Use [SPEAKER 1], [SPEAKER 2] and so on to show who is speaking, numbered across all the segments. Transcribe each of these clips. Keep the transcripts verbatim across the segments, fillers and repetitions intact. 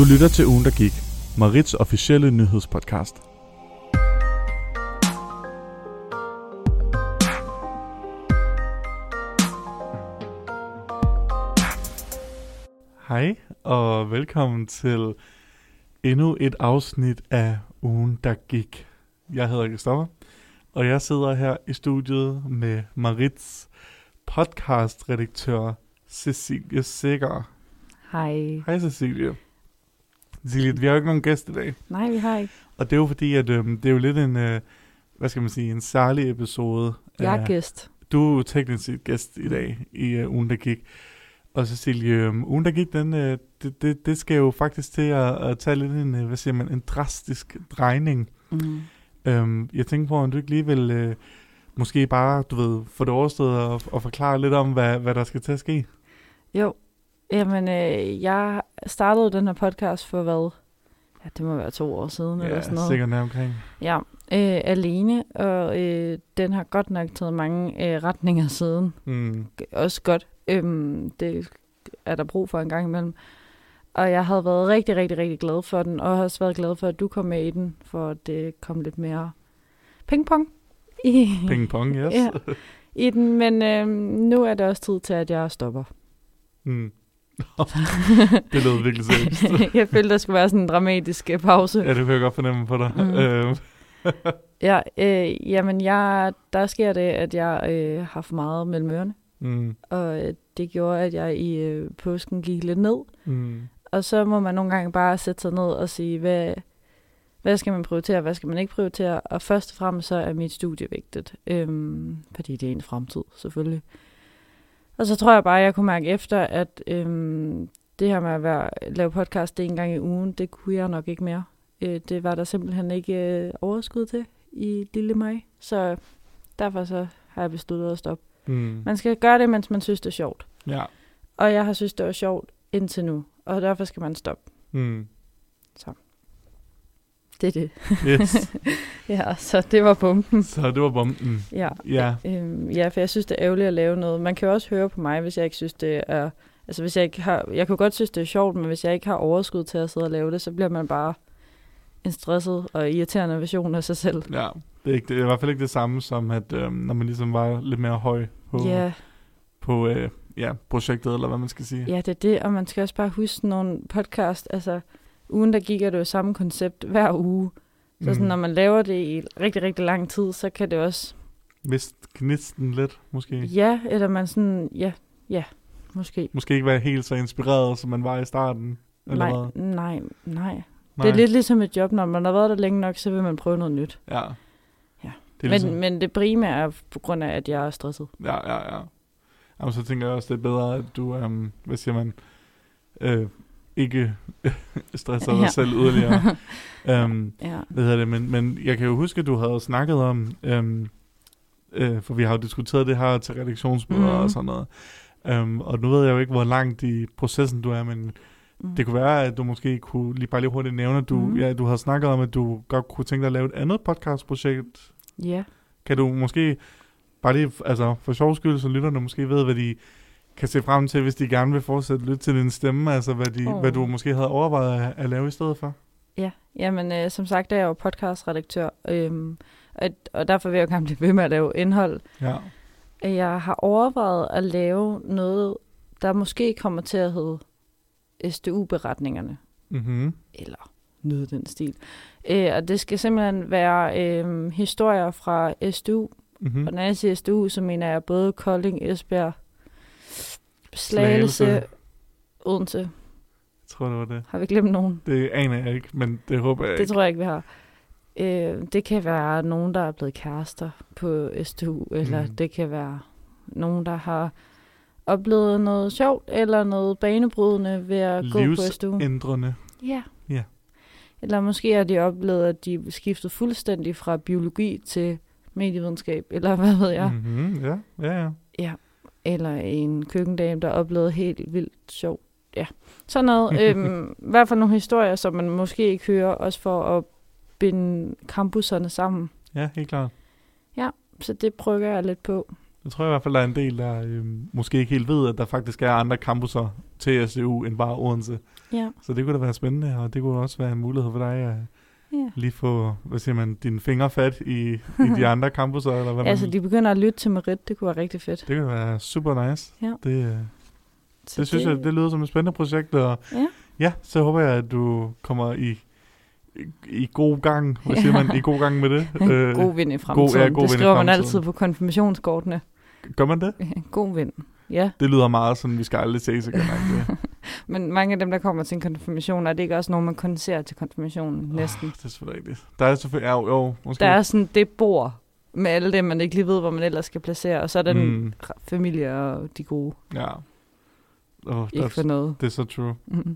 [SPEAKER 1] Du lytter til Ugen, der gik. Marits officielle nyhedspodcast. Hej og velkommen til endnu et afsnit af Ugen, der gik. Jeg hedder Christoffer, og jeg sidder her i studiet med Marits podcastredaktør Cecilie Sækker.
[SPEAKER 2] Hej.
[SPEAKER 1] Hej Cecilie. Cecilie, vi har jo ikke nogen gæst i dag.
[SPEAKER 2] Nej, vi har ikke.
[SPEAKER 1] Og det er jo fordi, at øhm, det er jo lidt en, øh, hvad skal man sige, en særlig episode.
[SPEAKER 2] Jeg er gæst.
[SPEAKER 1] Du er teknisk set gæst i dag i øh, Ugen, der gik. Og Cecilie, øh, Ugen, der gik, den, øh, det, det, det skal jo faktisk til at, at tage lidt en, øh, hvad siger man, en drastisk drejning.
[SPEAKER 2] Mm.
[SPEAKER 1] Øhm, jeg tænker på, om du ikke lige vil, øh, måske bare, du ved, få det overstået og, og forklare lidt om, hvad, hvad der skal til at ske.
[SPEAKER 2] Jo. Jamen, øh, jeg startede den her podcast for hvad? Ja, det må være to år siden
[SPEAKER 1] Ja,
[SPEAKER 2] eller sådan noget.
[SPEAKER 1] sikkert nær omkring.
[SPEAKER 2] Ja, øh, alene, og øh, den har godt nok taget mange øh, retninger siden.
[SPEAKER 1] Mm.
[SPEAKER 2] Også godt. Øhm, det er der brug for en gang imellem. Og jeg havde været rigtig, rigtig, rigtig glad for den, og har også været glad for, at du kom med i den, for at det kom lidt mere pingpong i,
[SPEAKER 1] Ping-pong, yes.
[SPEAKER 2] ja, i den. Men øh, nu er det også tid til, at jeg stopper.
[SPEAKER 1] Mm. Det lød virkelig seriøst.
[SPEAKER 2] Jeg følte, der skulle være sådan en dramatisk øh, pause.
[SPEAKER 1] Ja, det kan jeg godt fornemme på dig.
[SPEAKER 2] Mm.
[SPEAKER 1] Øh.
[SPEAKER 2] ja, øh, jamen, jeg, der sker det, at jeg øh, har for meget mellem ørerne.
[SPEAKER 1] Mm.
[SPEAKER 2] Og øh, det gjorde, at jeg i øh, påsken gik lidt ned.
[SPEAKER 1] Mm.
[SPEAKER 2] Og så må man nogle gange bare sætte sig ned og sige, hvad, hvad skal man prioritere, hvad skal man ikke prioritere. Og først og fremmest så er mit studie vigtigt. Øhm, fordi det er en fremtid, selvfølgelig. Og så tror jeg bare, at jeg kunne mærke efter, at øhm, det her med at være, lave podcast en gang i ugen, det kunne jeg nok ikke mere. Øh, det var der simpelthen ikke øh, overskud til i lille mig. Så derfor så har jeg besluttet at stoppe.
[SPEAKER 1] Mm.
[SPEAKER 2] Man skal gøre det, mens man synes, det er sjovt.
[SPEAKER 1] Ja.
[SPEAKER 2] Og jeg har synes, det var sjovt indtil nu. Og derfor skal man stoppe.
[SPEAKER 1] Mm.
[SPEAKER 2] Så. Det er det.
[SPEAKER 1] Yes.
[SPEAKER 2] Ja, så det var bomben.
[SPEAKER 1] Så det var bomben.
[SPEAKER 2] Ja.
[SPEAKER 1] Ja.
[SPEAKER 2] Øhm, ja, for jeg synes, det er ærgerligt at lave noget. Man kan jo også høre på mig, hvis jeg ikke synes, det er... Altså, hvis jeg ikke har... Jeg kan godt synes, det er sjovt, men hvis jeg ikke har overskud til at sidde og lave det, så bliver man bare en stresset og irriterende version af sig selv.
[SPEAKER 1] Ja, det er, ikke, det er i hvert fald ikke det samme som, at øhm, når man ligesom var lidt mere høj på,
[SPEAKER 2] Ja.
[SPEAKER 1] på øh, ja, projektet, eller hvad man skal sige.
[SPEAKER 2] Ja, det er det, og man skal også bare huske nogle podcast. Altså, ugen der gik, er det jo samme koncept hver uge. Så sådan,
[SPEAKER 1] Mm.
[SPEAKER 2] når man laver det i rigtig, rigtig lang tid, så kan det også...
[SPEAKER 1] Vist knisten lidt, måske.
[SPEAKER 2] Ja, eller man sådan... Ja, ja, måske.
[SPEAKER 1] Måske ikke være helt så inspireret, som man var i starten. Eller
[SPEAKER 2] Nej,
[SPEAKER 1] hvad?
[SPEAKER 2] nej, nej, nej.
[SPEAKER 1] Nej.
[SPEAKER 2] Det er lidt ligesom et job, når man har været der længe nok, så vil man prøve noget nyt.
[SPEAKER 1] Ja.
[SPEAKER 2] Ja.
[SPEAKER 1] Det er
[SPEAKER 2] Men,
[SPEAKER 1] ligesom...
[SPEAKER 2] men det primære er på grund af, at jeg er stresset.
[SPEAKER 1] Ja, ja, ja. Jamen, så tænker jeg også, det er bedre, at du, øhm, hvad siger man, øh, ikke stresser dig
[SPEAKER 2] Ja.
[SPEAKER 1] selv yderligere. øhm,
[SPEAKER 2] Ja.
[SPEAKER 1] hvad hedder det? Men, men jeg kan jo huske, at du havde snakket om, øhm, øh, for vi har jo diskuteret det her til redaktionsmøder
[SPEAKER 2] Mhm.
[SPEAKER 1] og sådan noget. Øhm, og nu ved jeg jo ikke, hvor langt i processen du er, men
[SPEAKER 2] Mm.
[SPEAKER 1] det kunne være, at du måske kunne lige bare lige hurtigt nævne, at du,
[SPEAKER 2] Mhm.
[SPEAKER 1] ja, du havde snakket om, at du godt kunne tænke dig at lave et andet podcastprojekt.
[SPEAKER 2] Ja.
[SPEAKER 1] Kan du måske, bare lige altså for sjov skyld, så lytterne måske ved, hvad de kan se frem til, hvis de gerne vil fortsætte lytte til din stemme, altså hvad, de,
[SPEAKER 2] Oh.
[SPEAKER 1] hvad du måske havde overvejet at, at lave i stedet for?
[SPEAKER 2] Ja, jamen øh, som sagt er jeg jo podcastredaktør, øhm, og, og derfor vil jeg jo gerne blive ved med at lave indhold.
[SPEAKER 1] Ja.
[SPEAKER 2] Jeg har overvejet at lave noget, der måske kommer til at hedde S D U-beretningerne,
[SPEAKER 1] Mm-hmm.
[SPEAKER 2] eller noget af den stil. Øh, og det skal simpelthen være øh, historier fra S D U,
[SPEAKER 1] Mm-hmm.
[SPEAKER 2] og når jeg siger S D U, så mener jeg både Kolding, Esbjerg, Slagelse,
[SPEAKER 1] Slagelse.
[SPEAKER 2] Odense.
[SPEAKER 1] Jeg tror, det var det.
[SPEAKER 2] Har vi glemt nogen?
[SPEAKER 1] Det aner jeg ikke, men det håber jeg
[SPEAKER 2] Det
[SPEAKER 1] ikke.
[SPEAKER 2] tror jeg ikke, vi har. Øh, det kan være nogen, der er blevet kærester på S D U, eller
[SPEAKER 1] Mm.
[SPEAKER 2] det kan være nogen, der har oplevet noget sjovt, eller noget banebrydende ved at gå på S D U.
[SPEAKER 1] Livsændrende.
[SPEAKER 2] Ja.
[SPEAKER 1] Ja.
[SPEAKER 2] Eller måske har de oplevet, at de er skiftet fuldstændig fra biologi til medievidenskab, eller hvad ved jeg.
[SPEAKER 1] Mm-hmm. Ja, ja, ja.
[SPEAKER 2] Ja. Eller en køkkendame, der oplevede helt vildt sjovt. Ja, sådan noget. øhm, I hvert fald nogle historier, som man måske ikke hører, også for at binde campuserne sammen.
[SPEAKER 1] Ja, helt klart.
[SPEAKER 2] Så det prøver jeg lidt på.
[SPEAKER 1] Jeg tror i hvert fald, der er en del, der øh, måske ikke helt ved, at der faktisk er andre campuser til S D U end bare Odense.
[SPEAKER 2] Ja.
[SPEAKER 1] Så det kunne da være spændende, og det kunne også være en mulighed for dig at ja. lige få, hvad siger man, dine fingre fat i, i de andre campuser, eller hvad?
[SPEAKER 2] Altså,
[SPEAKER 1] man...
[SPEAKER 2] de begynder at lytte til Merit, det kunne være rigtig fedt.
[SPEAKER 1] Det kunne være super nice.
[SPEAKER 2] Ja.
[SPEAKER 1] Det, øh,
[SPEAKER 2] så
[SPEAKER 1] det synes det... jeg, det lyder som et spændende projekt, og
[SPEAKER 2] ja,
[SPEAKER 1] ja så håber jeg, at du kommer i i god gang, hvad siger man, i god gang med det.
[SPEAKER 2] Øh, god vind i fremtiden. God, ja, god det skriver man altid på konfirmationskortene.
[SPEAKER 1] Gør man det?
[SPEAKER 2] God vind, ja.
[SPEAKER 1] Det lyder meget sådan, vi skal aldrig ses igen.
[SPEAKER 2] Men mange af dem, der kommer til en konfirmation, er det ikke også nogen, man kun ser til konfirmationen næsten?
[SPEAKER 1] Oh, det er selvfølgelig rigtigt. Der er selvfølgelig, ja, jo, måske.
[SPEAKER 2] Der er sådan det bord med alle dem, man ikke lige ved, hvor man ellers skal placere, og så er der mm. den familie og de gode.
[SPEAKER 1] Ja. Oh,
[SPEAKER 2] ikke for noget.
[SPEAKER 1] Det er så true. Mm-hmm.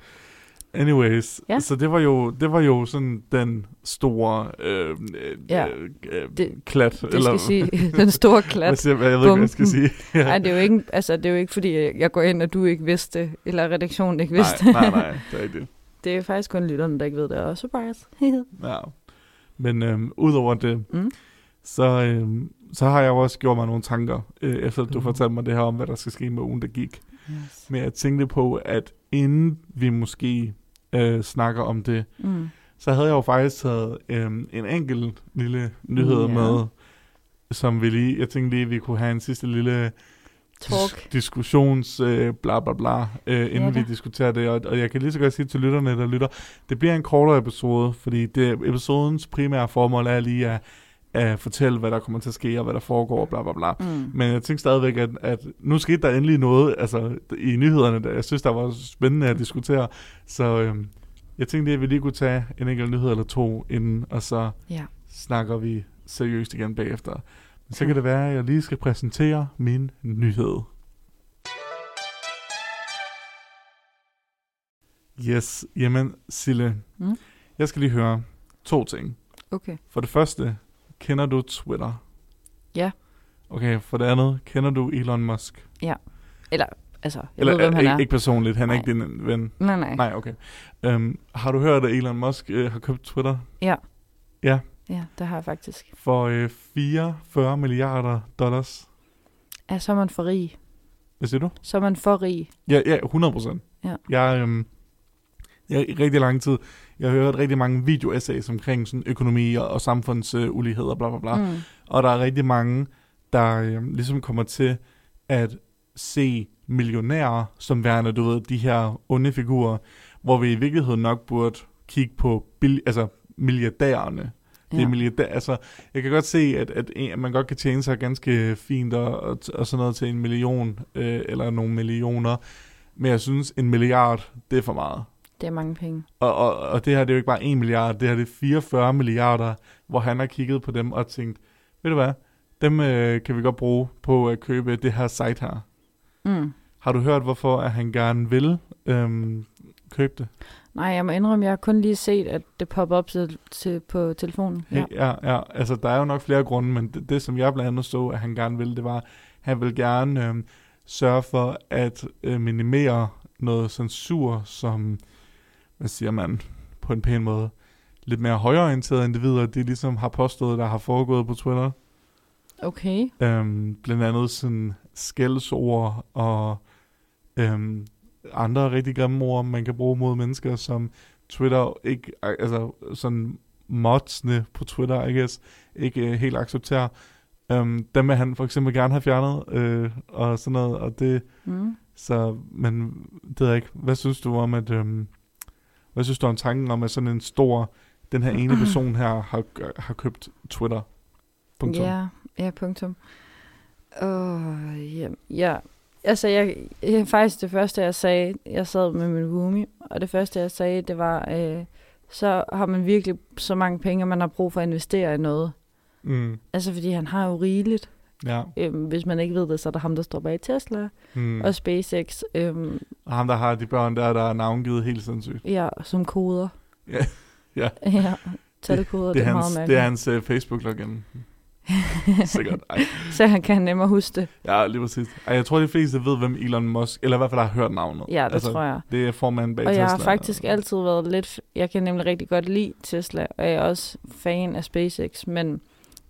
[SPEAKER 1] Anyways, ja. Så det var jo det var jo sådan den store øh,
[SPEAKER 2] ja.
[SPEAKER 1] øh, øh, det, klat
[SPEAKER 2] det eller skal sige den store klat.
[SPEAKER 1] Hvad siger, jeg ved ikke, hvad jeg skal sige.
[SPEAKER 2] Ja. Ej, det er jo ikke altså det er jo ikke fordi jeg går ind og du ikke vidste eller redaktionen ikke vidste.
[SPEAKER 1] Nej, nej, nej, det er ikke det.
[SPEAKER 2] Det er faktisk kun lytterne der ikke ved det, og surprise.
[SPEAKER 1] Ja. Men øh, udover det mm. så øh, så har jeg også gjort mig nogle tanker øh, efter at du mm. fortalte mig det her om hvad der skal ske med ugen der gik. Yes. Men jeg tænkte på at inden vi måske Øh, snakker om det, mm. så havde jeg jo faktisk taget øh, en enkelt lille nyhed yeah. med, som vi lige, jeg tænkte lige, vi kunne have en sidste lille
[SPEAKER 2] Talk.
[SPEAKER 1] diskussions øh, bla bla bla, øh, inden ja, vi diskuterer det, og, og jeg kan lige så godt sige til lytterne, der lytter, det bliver en kortere episode, fordi det, episodens primære formål er lige at, at fortælle, hvad der kommer til at ske, og hvad der foregår, og bla bla bla. Mm. Men jeg tænker stadigvæk, at, at nu skete der endelig noget, altså i nyhederne, der jeg synes, der var spændende at diskutere, så øh, jeg tænkte, at vi lige kunne tage en enkelt nyhed eller to inden, og så
[SPEAKER 2] ja.
[SPEAKER 1] snakker vi seriøst igen bagefter. Men så kan det være, at jeg lige skal præsentere min nyhed. Yes, jamen Sille, mm. jeg skal lige høre to ting.
[SPEAKER 2] Okay.
[SPEAKER 1] For det første, kender du Twitter?
[SPEAKER 2] Ja.
[SPEAKER 1] Okay, for det andet, kender du Elon Musk?
[SPEAKER 2] Ja. Eller, altså, jeg
[SPEAKER 1] Eller,
[SPEAKER 2] ved, hvem han er.
[SPEAKER 1] Ikke personligt, han
[SPEAKER 2] nej.
[SPEAKER 1] er ikke din ven.
[SPEAKER 2] Nej, nej.
[SPEAKER 1] Nej, okay. Um, har du hørt, at Elon Musk uh, har købt Twitter?
[SPEAKER 2] Ja.
[SPEAKER 1] Ja.
[SPEAKER 2] Ja, det har jeg faktisk.
[SPEAKER 1] For uh, fireogfyrre milliarder dollars.
[SPEAKER 2] Ja, så er man for rig.
[SPEAKER 1] Hvad siger du?
[SPEAKER 2] Så er man for rig.
[SPEAKER 1] Ja, ja, hundrede procent.
[SPEAKER 2] Ja.
[SPEAKER 1] Jeg, um, jeg i rigtig lang tid, jeg har hørt rigtig mange video-essays omkring sådan økonomi og, og samfundsulighed og bla bla bla. Mm. Og der er rigtig mange, der øh, ligesom kommer til at se millionærer som værende, du ved, de her onde figurer, hvor vi i virkeligheden nok burde kigge på bil- altså milliardærerne. Ja. Det er milliardær, altså, jeg kan godt se, at, at, at man godt kan tjene sig ganske fint og, og, og sådan noget til en million øh, eller nogle millioner, men jeg synes, en milliard, det er for meget.
[SPEAKER 2] Det er mange penge.
[SPEAKER 1] Og, og, og det her, det er jo ikke bare en milliard, det her det er fireogfyrre milliarder, hvor han har kigget på dem og tænkt, ved du hvad, dem øh, kan vi godt bruge på at købe det her site her. Mm. Har du hørt, hvorfor at han gerne vil øhm, købe det?
[SPEAKER 2] Nej, jeg må indrømme, jeg har kun lige set, at det popper op til, til, på telefonen.
[SPEAKER 1] Ja. ja, ja, altså der er jo nok flere grunde, men det, det som jeg blandt andet så, at han gerne vil, det var, han vil gerne øhm, sørge for at øh, minimere noget censur, som, hvad siger man, på en pæn måde, lidt mere højreorienterede individer, de ligesom har påstået, der har foregået på Twitter.
[SPEAKER 2] Okay.
[SPEAKER 1] Øhm, blandt andet sådan skældsord og øhm, andre rigtig grimme ord, man kan bruge mod mennesker, som Twitter ikke, altså sådan modsne på Twitter, I guess, ikke uh, helt accepterer. Um, dem vil han for eksempel gerne have fjernet, øh, og sådan noget, og det, mm. så, men det ved jeg ikke, hvad synes du om, at, øhm, hvad synes du om tanken om, at sådan en stor, den her ene person her, har, har købt Twitter? Punktum.
[SPEAKER 2] Ja, ja, punktum. Uh, ja, ja, altså jeg, jeg, faktisk det første jeg sagde, jeg sad med min roomie, og det første jeg sagde, det var, øh, så har man virkelig så mange penge, man har brug for at investere i noget. Mm. Altså fordi han har jo rigeligt.
[SPEAKER 1] Ja.
[SPEAKER 2] Øhm, hvis man ikke ved det, så er der ham, der står bag Tesla mm. og SpaceX. Øhm,
[SPEAKER 1] og ham, der har de børn der, der er navngivet helt sindssygt.
[SPEAKER 2] Ja, som koder.
[SPEAKER 1] Ja, ja.
[SPEAKER 2] ja talkoder, det, det, det er
[SPEAKER 1] hans,
[SPEAKER 2] meget mærkeligt.
[SPEAKER 1] Det er hans uh, Facebook-login. Sikkert. Ej.
[SPEAKER 2] Så han kan nemmere huske det.
[SPEAKER 1] Ja, lige præcis. Ej, jeg tror, de fleste ved, hvem Elon Musk, eller i hvert fald har hørt navnet.
[SPEAKER 2] Ja, det altså, tror jeg.
[SPEAKER 1] Det er formanden bag
[SPEAKER 2] og
[SPEAKER 1] Tesla.
[SPEAKER 2] Og jeg har faktisk altid været lidt, jeg kan nemlig rigtig godt lide Tesla, og jeg er også fan af SpaceX, men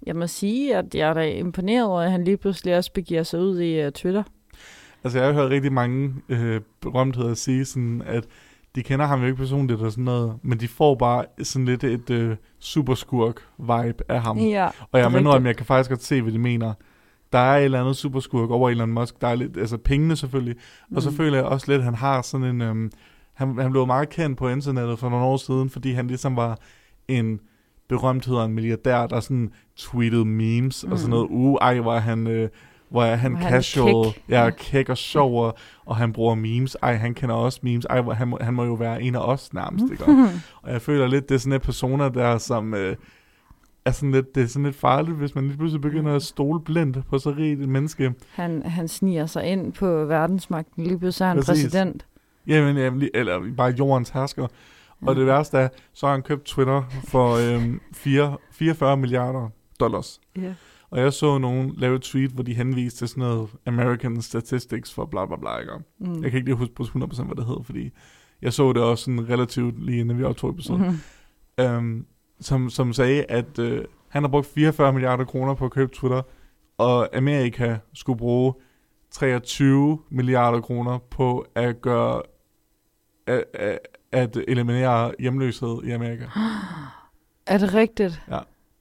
[SPEAKER 2] Jeg må sige, at jeg er da imponeret over, at han lige pludselig også begiver sig ud i uh, Twitter.
[SPEAKER 1] Altså, jeg har hørt rigtig mange øh, berømtheder sige sådan, at de kender ham jo ikke personligt og sådan noget, men de får bare sådan lidt et øh, superskurk-vibe af ham.
[SPEAKER 2] Ja,
[SPEAKER 1] og jeg mener, om jeg kan faktisk godt se, hvad de mener. Der er et eller andet superskurk over Elon Musk. Der er lidt, altså pengene selvfølgelig. Mm. Og så føler jeg også lidt, at han har sådan en... Øhm, han, han blev meget kendt på internettet for nogle år siden, fordi han ligesom var en berømthed og en milliardær, der sådan tweetede memes mm. og sådan noget. Uh, ej, hvor han... Øh, hvor er han hvor casual, han ja, kæk og sjov, og, og han bruger memes. Ej, han kender også memes. Ej, han må, han må jo være en af os nærmest, ikke? Og jeg føler lidt, det er sådan et persona der, som øh, er sådan lidt, det er sådan lidt farligt, hvis man lige pludselig begynder at stole blindt på så rigt et menneske.
[SPEAKER 2] Han, han sniger sig ind på verdensmagten, lige pludselig er han Præcis. præsident.
[SPEAKER 1] Jamen, jamen, eller bare jordens hersker. Ja. Og det værste er, så har han købt Twitter for øhm, fireogfyrre milliarder dollars. Ja. Og jeg så nogen lave et tweet, hvor de henviste til sådan noget American Statistics for bla bla bla. Ikke? Mm. Jeg kan ikke lige huske på hundrede procent, hvad det hed, fordi jeg så det også sådan relativt lige inden vi optog episoden. Mm. Øhm, som, som sagde, at øh, han har brugt fireogfyrre milliarder kroner på at købe Twitter, og Amerika skulle bruge treogtyve milliarder kroner på at gøre at, at, at eliminere hjemløshed i Amerika.
[SPEAKER 2] Er det rigtigt?
[SPEAKER 1] Ja.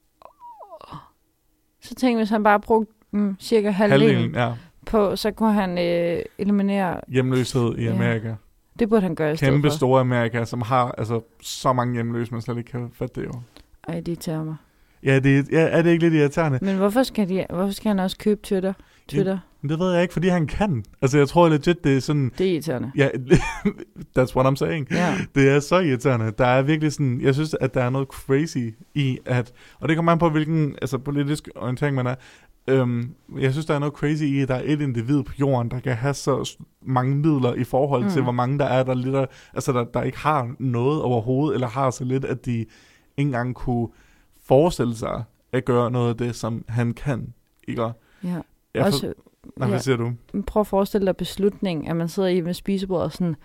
[SPEAKER 2] Så tænkte jeg, hvis han bare brugte mm, cirka halvdelen, halvdelen
[SPEAKER 1] ja.
[SPEAKER 2] på, så kunne han øh, eliminere...
[SPEAKER 1] hjemløshed i Amerika. Ja.
[SPEAKER 2] Det burde han gøre i stedet for.
[SPEAKER 1] Kæmpe store Amerika, som har altså så mange hjemløse, man slet ikke kan fatte det jo.
[SPEAKER 2] Ej, det irriterer mig.
[SPEAKER 1] Ja, det, ja, er det ikke lidt irriterende?
[SPEAKER 2] Men hvorfor skal, de, hvorfor skal han også købe Twitter? Twitter?
[SPEAKER 1] Ja, det ved jeg ikke, fordi han kan. Altså, jeg tror legit, det er sådan...
[SPEAKER 2] Det er irriterende.
[SPEAKER 1] Ja, that's what I'm saying.
[SPEAKER 2] Ja.
[SPEAKER 1] Det er så irriterende. Der er virkelig sådan... Jeg synes, at der er noget crazy i, at... Og det kommer an på, hvilken altså, politisk orientering man er. Øhm, jeg synes, der er noget crazy i, at der er et individ på jorden, der kan have så mange midler i forhold mm. til, hvor mange der er, der, lidt, altså, der, der ikke har noget overhovedet, eller har så lidt, at de ikke engang kunne forestille sig at gøre noget af det, som han kan. Ikke?
[SPEAKER 2] Ja.
[SPEAKER 1] Jeg
[SPEAKER 2] Også,
[SPEAKER 1] for... Nej, hvad siger du?
[SPEAKER 2] Prøv at forestille dig beslutning, at man sidder i med spisebordet og sådan,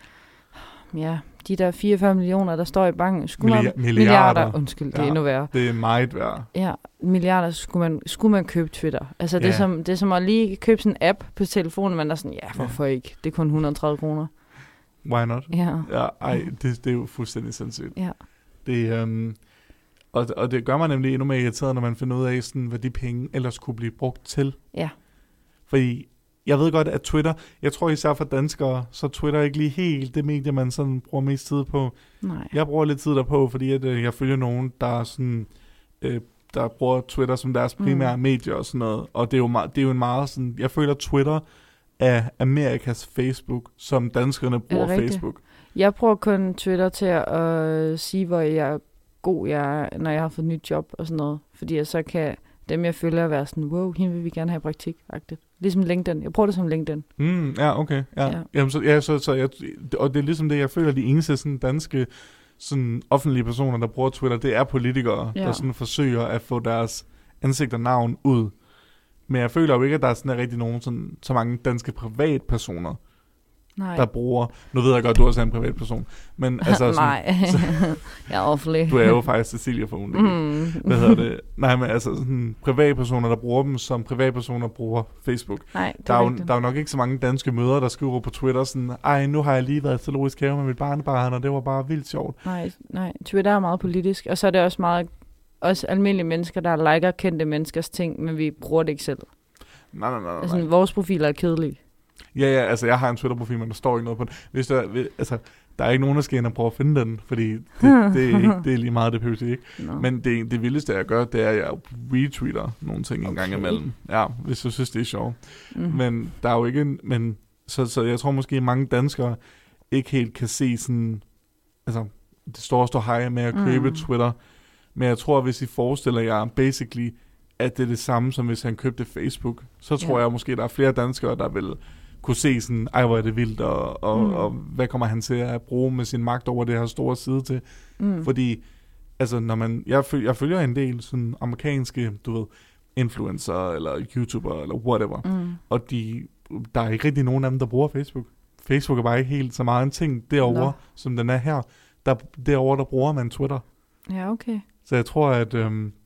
[SPEAKER 2] ja, de der fireogfyrre millioner, der står i banken, skulle
[SPEAKER 1] Milli-
[SPEAKER 2] man,
[SPEAKER 1] milliarder.
[SPEAKER 2] milliarder, undskyld, det
[SPEAKER 1] ja,
[SPEAKER 2] er endnu værre.
[SPEAKER 1] Det er meget værre.
[SPEAKER 2] Ja, milliarder skulle man, skulle man købe Twitter. Altså det,
[SPEAKER 1] ja.
[SPEAKER 2] er som, det er som at lige købe sådan en app på telefonen, man er sådan, ja, hvorfor ja. ikke? Det er kun et hundrede og tredive kroner.
[SPEAKER 1] Why not?
[SPEAKER 2] Ja.
[SPEAKER 1] Ja, ej, det, det er jo fuldstændig sindssygt.
[SPEAKER 2] Ja.
[SPEAKER 1] Det, um, og, og det gør mig nemlig endnu mere irriteret, når man finder ud af, sådan, hvad de penge ellers kunne blive brugt til.
[SPEAKER 2] Ja.
[SPEAKER 1] Fordi jeg ved godt, at Twitter, jeg tror især for danskere, så Twitter ikke lige helt det medie, man sådan bruger mest tid på.
[SPEAKER 2] Nej.
[SPEAKER 1] Jeg bruger lidt tid derpå, fordi at, øh, jeg følger nogen, der sådan, øh, der bruger Twitter som deres primære mm. medie og sådan noget. Og det er jo, meget, det er jo en meget sådan, jeg føler Twitter er Amerikas Facebook, som danskerne bruger Facebook.
[SPEAKER 2] Jeg bruger kun Twitter til at øh, sige, hvor jeg er god jeg er, når jeg har fået et nyt job og sådan noget. Fordi jeg så kan dem, jeg følger, være sådan, wow, hende vil vi gerne have praktik-agtigt. Ligesom LinkedIn. Jeg bruger det som LinkedIn.
[SPEAKER 1] Mm, ja, okay. Ja. Ja. Jamen, så, ja, så, så jeg, og det er ligesom det, jeg føler, de eneste sådan, danske sådan, offentlige personer, der bruger Twitter, det er politikere, ja. der sådan, forsøger at få deres ansigt og navn ud. Men jeg føler jo ikke, at der er sådan, er rigtig nogen sådan, så mange danske privatpersoner,
[SPEAKER 2] Nej.
[SPEAKER 1] der bruger... Nu ved jeg godt, du er også en privatperson. Men altså... Sådan,
[SPEAKER 2] Nej,
[SPEAKER 1] så,
[SPEAKER 2] jeg er offentlig.
[SPEAKER 1] Du er jo faktisk Cecilia for hun. Mm. Hvad hedder det? Nej, men altså sådan privatpersoner, der bruger dem, som privatpersoner bruger Facebook.
[SPEAKER 2] Nej, det
[SPEAKER 1] der, er jo,
[SPEAKER 2] der
[SPEAKER 1] er jo nok ikke så mange danske mødre, der skriver på Twitter sådan, ej, nu har jeg lige været i zoologisk have med mit barnebarn, og det var bare vildt sjovt.
[SPEAKER 2] Nej, nej, Twitter er meget politisk, og så er det også meget... Også almindelige mennesker, der liker kendte menneskers ting, men vi bruger det ikke selv.
[SPEAKER 1] Nej, nej, nej, nej.
[SPEAKER 2] Altså, vores profiler er kedelige.
[SPEAKER 1] Ja, ja, altså jeg har en Twitter-profil, men der står ikke noget på den. Hvis der, altså, der er ikke nogen, der skal ind og prøve at finde den, fordi det, det, er, ikke, det er lige meget, det behøver ikke. No. Men det, det vildeste, jeg gør, det er, at jeg retweeter nogle ting okay. en gang imellem. Ja, hvis jeg synes, det er sjovt. Mm. Men der er jo ikke... Men, så, så jeg tror måske, mange danskere ikke helt kan se sådan... Altså, det står og står hej med at købe mm. Twitter. Men jeg tror, hvis I forestiller jer basically, at det er det samme, som hvis han købte Facebook, så tror yeah. jeg måske, der er flere danskere, der vil kunne se sådan, ej, hvor er det vildt, og, og, mm. og hvad kommer han til at bruge med sin magt over det her store side til. Mm. Fordi, altså, når man, jeg, følger, jeg følger en del sådan amerikanske, du ved, influencer, eller YouTuber, eller whatever, mm. og de, der er ikke rigtig nogen af dem, der bruger Facebook. Facebook er bare ikke helt så meget en ting derovre, no. som den er her. Der, derovre, der bruger man Twitter.
[SPEAKER 2] Ja, okay.
[SPEAKER 1] Så jeg tror, at... Øhm,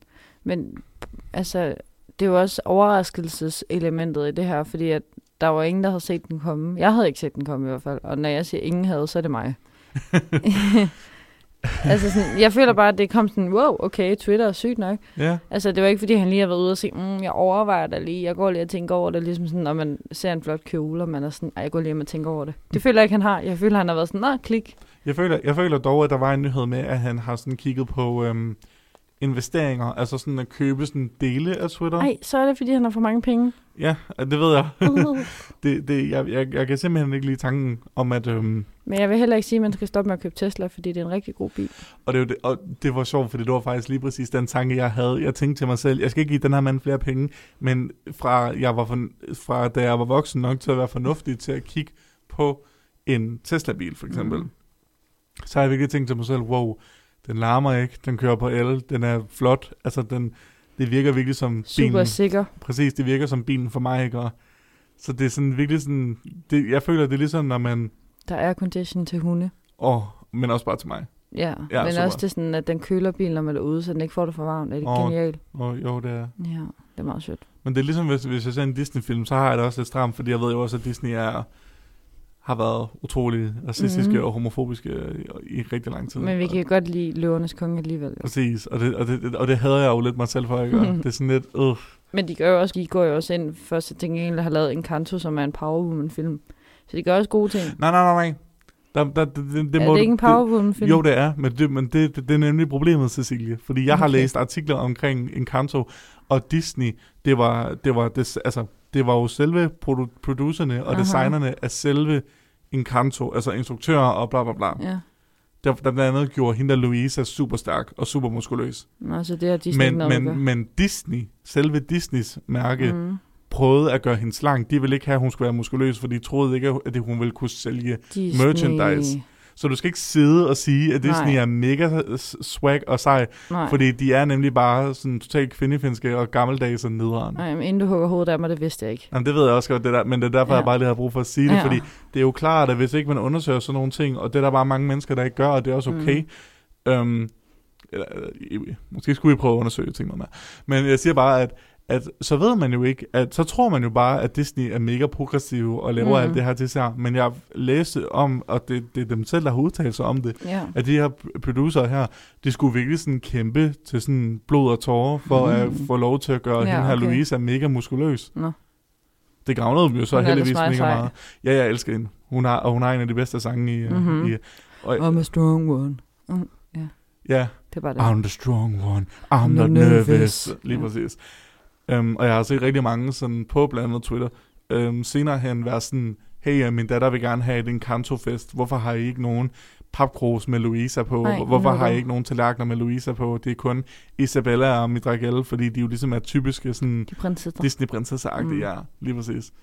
[SPEAKER 2] Men altså, det er jo også overraskelseselementet i det her, fordi at der var ingen, der havde set den komme. Jeg havde ikke set den komme i hvert fald, og når jeg siger ingen havde, så er det mig. Altså sådan, jeg føler bare, at det kom sådan, wow, okay, Twitter er sygt nok.
[SPEAKER 1] Ja.
[SPEAKER 2] Altså, det var ikke, fordi han lige har været ude og sige, mm, jeg overvejer det lige, jeg går lige og tænker over det, ligesom sådan, når man ser en flot kjole, og man er sådan, ej, jeg går lige og tænker over det. Det føler jeg ikke, han har. Jeg føler, han har været sådan, nå, klik.
[SPEAKER 1] Jeg føler, jeg føler dog, at der var en nyhed med, at han har sådan kigget på øhm, investeringer, altså sådan at købe sådan dele af Twitter.
[SPEAKER 2] Nej, så er det, fordi han har for mange penge.
[SPEAKER 1] Ja, det ved jeg. det, det, jeg, jeg. Jeg kan simpelthen ikke lide tanken om, at... Øhm,
[SPEAKER 2] Men jeg vil heller ikke sige, at man skal stoppe med at købe Tesla, fordi det er en rigtig god bil.
[SPEAKER 1] Og det, det, og det var sjovt, fordi det var faktisk lige præcis den tanke, jeg havde. Jeg tænkte til mig selv, jeg skal ikke give den her mand flere penge, men fra, jeg var for, fra da jeg var voksen nok til at være fornuftig til at kigge på en Tesla-bil, for eksempel, mm. så har jeg virkelig tænkt til mig selv, wow, den larmer ikke, den kører på el, den er flot, altså den, det virker virkelig som bilen.
[SPEAKER 2] Super sikker.
[SPEAKER 1] Præcis, det virker som bilen for mig, ikke? Og så det er sådan virkelig sådan, det, jeg føler, det er ligesom, når man...
[SPEAKER 2] Der er condition til hunde.
[SPEAKER 1] Åh, oh, men også bare til mig.
[SPEAKER 2] Ja,
[SPEAKER 1] ja
[SPEAKER 2] men
[SPEAKER 1] super.
[SPEAKER 2] også det sådan, at den køler bilen, når man er ude, så den ikke får det for varmt. Er det
[SPEAKER 1] oh,
[SPEAKER 2] genialt?
[SPEAKER 1] Oh, jo, det er.
[SPEAKER 2] Ja, det er meget sødt.
[SPEAKER 1] Men det er ligesom, hvis, hvis jeg ser en Disney-film, så har jeg det også lidt stramt, fordi jeg ved jo også, at Disney er... har været utrolig racistiske mm. og homofobiske i, i rigtig lang tid.
[SPEAKER 2] Men vi kan jo godt lide Løvernes Konge alligevel. Jo.
[SPEAKER 1] Præcis, og det, og, det, og det hader jeg jo lidt mig selv for, ikke? Mm. Det er sådan lidt, øh.
[SPEAKER 2] Men de, gør jo også, de går jo også ind for, så tænker jeg, der har lavet Encanto, som er en Power Woman-film. Så de gør også gode ting.
[SPEAKER 1] Nej, nej, nej, nej. Der, der, det, det, det
[SPEAKER 2] er
[SPEAKER 1] må
[SPEAKER 2] det ikke en Power Woman-film?
[SPEAKER 1] Jo, det er, men, det, men det, det, det er nemlig problemet, Cecilie. Fordi jeg okay. har læst artikler omkring Encanto, og Disney, det var, det var, det, altså, det var jo selve produ- producerne og Aha. designerne af selve Encanto, altså instruktører og bla bla bla.
[SPEAKER 2] Ja.
[SPEAKER 1] Der, der blandt andet gjorde hende Louisa super stærk og super muskuløs.
[SPEAKER 2] Nå, så det er Disney
[SPEAKER 1] men, men, men Disney, selve Disneys mærke, mm. prøvede at gøre hende slank. De ville ikke have, at hun skulle være muskuløs, for de troede ikke, at hun ville kunne sælge Disney. Merchandise. Så du skal ikke sidde og sige, at Disney Nej. er mega swag og sej, Nej. fordi de er nemlig bare sådan totalt kvindefindske og gammeldags og nederen.
[SPEAKER 2] Nej, men inden du hugger hovedet af mig, det vidste jeg ikke.
[SPEAKER 1] Jamen, det ved jeg også godt, det der, men det er derfor, ja. jeg bare lige har brug for at sige det, ja. fordi det er jo klart, at hvis ikke man undersøger sådan nogle ting, og det er der bare mange mennesker, der ikke gør, og det er også okay. Mm. Øhm, eller, måske skulle vi prøve at undersøge ting noget mere. Men jeg siger bare, at at så ved man jo ikke, at så tror man jo bare, at Disney er mega progressiv og laver mm. alt det her til sig. Men jeg læste om, og det, det er dem selv, der har udtalt sig om det, yeah. at de her producer her, de skulle virkelig sådan kæmpe til sådan blod og tårer, for mm. at få lov til at gøre ja, hende her okay. Louise mega muskuløs. No. Det gavnede dem jo så heldigvis mega sej. meget. Ja, jeg elsker hende. Hun har, og hun har en af de bedste sange i... Mm-hmm. i og,
[SPEAKER 2] I'm a strong one. Mm, yeah.
[SPEAKER 1] Ja,
[SPEAKER 2] det er bare det.
[SPEAKER 1] I'm the strong one. I'm, I'm not nervous. nervous. Lige ja. præcis. Um, og jeg har set rigtig mange sådan på blandt andet Twitter um, senere hen være sådan, hey, min datter vil gerne have et Encanto-fest. Hvorfor har I ikke nogen papkrus med Louisa på? Ej, Hvorfor har I ikke nogen tallerkener med Louisa på? Det er kun Isabella og Midragel, fordi de jo ligesom er typiske sådan Disney-prinsesser-agtige. Mm. Ja, lige præcis.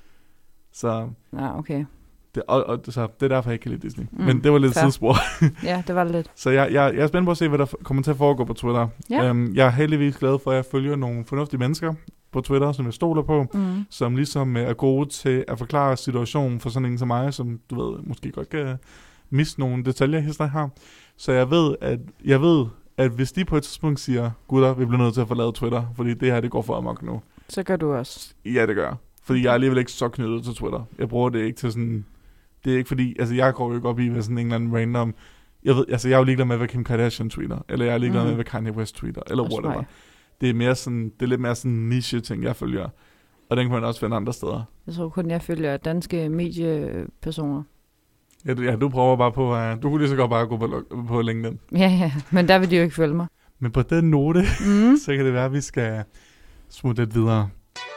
[SPEAKER 1] Så,
[SPEAKER 2] ja, okay.
[SPEAKER 1] Det, og, og, så det er derfor, jeg ikke kan lide Disney. Mm, Men det var lidt fair. sidespor.
[SPEAKER 2] Ja, det var det lidt.
[SPEAKER 1] Så jeg, jeg, jeg er spændt på at se, hvad der kommer til at foregå på Twitter. Ja. Um, jeg er heldigvis glad for, at jeg følger nogle fornuftige mennesker på Twitter, som jeg stoler på, mm. som ligesom er gode til at forklare situationen for sådan en som mig, som du ved, måske godt kan miste nogle detaljer hister her. Så jeg ved, at jeg ved, at hvis de på et tidspunkt siger, gutter, vi bliver nødt til at forlade Twitter, fordi det her, det går for amok nu.
[SPEAKER 2] Så gør du også.
[SPEAKER 1] Ja, det gør jeg. Fordi jeg er alligevel ikke så knyttet til Twitter. Jeg bruger det ikke til sådan... Det er ikke fordi... Altså, jeg går jo ikke op i, hvad sådan en eller anden random... Jeg ved, altså, jeg er jo ligeglad med, hvad Kim Kardashian tweeter. Eller jeg er ligeglad mm. med, hvad Kanye West tweeter. Eller Også whatever. Mig. Det er mere sådan... Det er lidt mere sådan niche-ting, jeg følger. Og den kan man også finde andre steder.
[SPEAKER 2] Jeg tror kun, jeg følger danske mediepersoner.
[SPEAKER 1] Ja, du, ja, du prøver bare på... Uh, du kunne lige så godt bare gå på, på LinkedIn.
[SPEAKER 2] Ja, ja. Men der vil de jo ikke følge mig.
[SPEAKER 1] Men på den note, mm. så kan det være, at vi skal smutte lidt videre.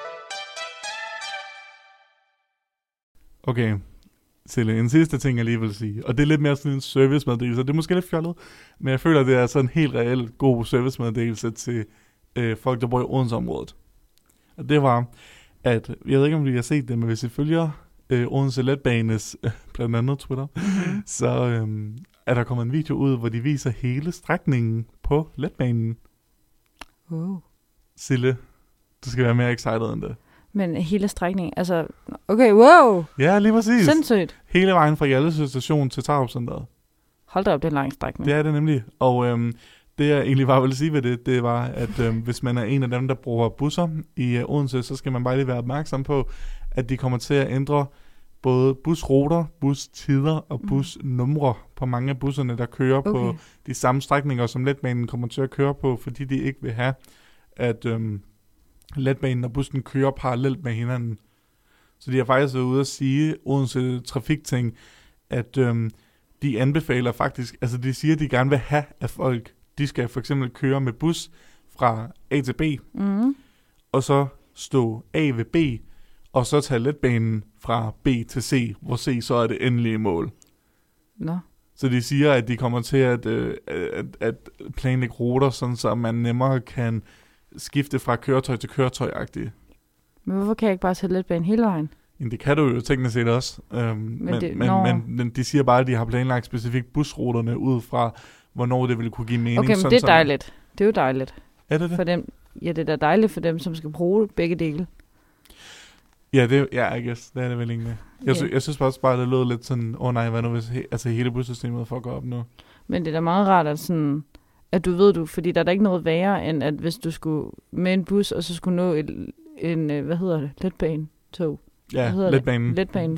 [SPEAKER 1] Okay, Sille, en sidste ting, jeg lige vil sige, og det er lidt mere sådan en servicemeddelelse, det er måske lidt fjollet, men jeg føler, at det er sådan en helt reelt god servicemeddelelse til øh, folk, der bor i Odense-området. Og det var, at, jeg ved ikke, om I har set det, men hvis I følger øh, Odense Letbanes, øh, blandt andet Twitter, mm-hmm. så øh, er der kommet en video ud, hvor de viser hele strækningen på letbanen.
[SPEAKER 2] Wow.
[SPEAKER 1] Sille, du skal være mere excited end det.
[SPEAKER 2] Men hele strækningen, altså, okay, wow!
[SPEAKER 1] Ja, lige præcis.
[SPEAKER 2] Sindssygt.
[SPEAKER 1] Hele vejen fra Hjallesø station til Tarupcenteret.
[SPEAKER 2] Hold da op, det er en lang strækning.
[SPEAKER 1] Det er det nemlig. Og øhm, det jeg egentlig bare ville sige ved det, det var, at øh, hvis man er en af dem, der bruger busser i øh, Odense, så skal man bare lige være opmærksom på, at de kommer til at ændre både busruter, bustider og busnumre på mange af busserne, der kører okay. på de samme strækninger, som letbanen kommer til at køre på, fordi de ikke vil have, at øh, letbanen og bussen kører parallelt med hinanden. Så de har faktisk været ude at sige, Odense Trafikting, at øh, de anbefaler faktisk, altså de siger, at de gerne vil have, at folk, de skal for eksempel køre med bus fra A til B,
[SPEAKER 2] mm.
[SPEAKER 1] og så stå A ved B, og så tage letbanen fra B til C, hvor C så er det endelige mål.
[SPEAKER 2] Nå.
[SPEAKER 1] Så de siger, at de kommer til at, øh, at, at planlægge ruter, sådan så man nemmere kan skifte fra køretøj til køretøj-agtigt.
[SPEAKER 2] Men hvorfor kan jeg ikke bare tage letbanen hele vejen?
[SPEAKER 1] Men det kan du jo teknisk set også. Øhm, men, men,
[SPEAKER 2] det,
[SPEAKER 1] men, men, men de siger bare, at de har planlagt specifikt busruterne ud fra, hvornår det ville kunne give mening.
[SPEAKER 2] Okay, men
[SPEAKER 1] sådan,
[SPEAKER 2] det er dejligt. Det er jo dejligt.
[SPEAKER 1] Er det det?
[SPEAKER 2] For dem, ja, det er da dejligt for dem, som skal bruge begge dele.
[SPEAKER 1] Ja, det, ja, I guess. Det er det vel egentlig. Jeg,
[SPEAKER 2] Yeah.
[SPEAKER 1] sy- jeg synes bare, bare, det lød lidt sådan, åh oh, nej, hvad nu hvis he- altså, hele bussystemet får gå op nu?
[SPEAKER 2] Men det er da meget rart, at, sådan, at du ved du, fordi der er da ikke noget værre, end at hvis du skulle med en bus, og så skulle nå et, en, hvad hedder det, letbane-tog.
[SPEAKER 1] Ja, letbanen.
[SPEAKER 2] Letbanen.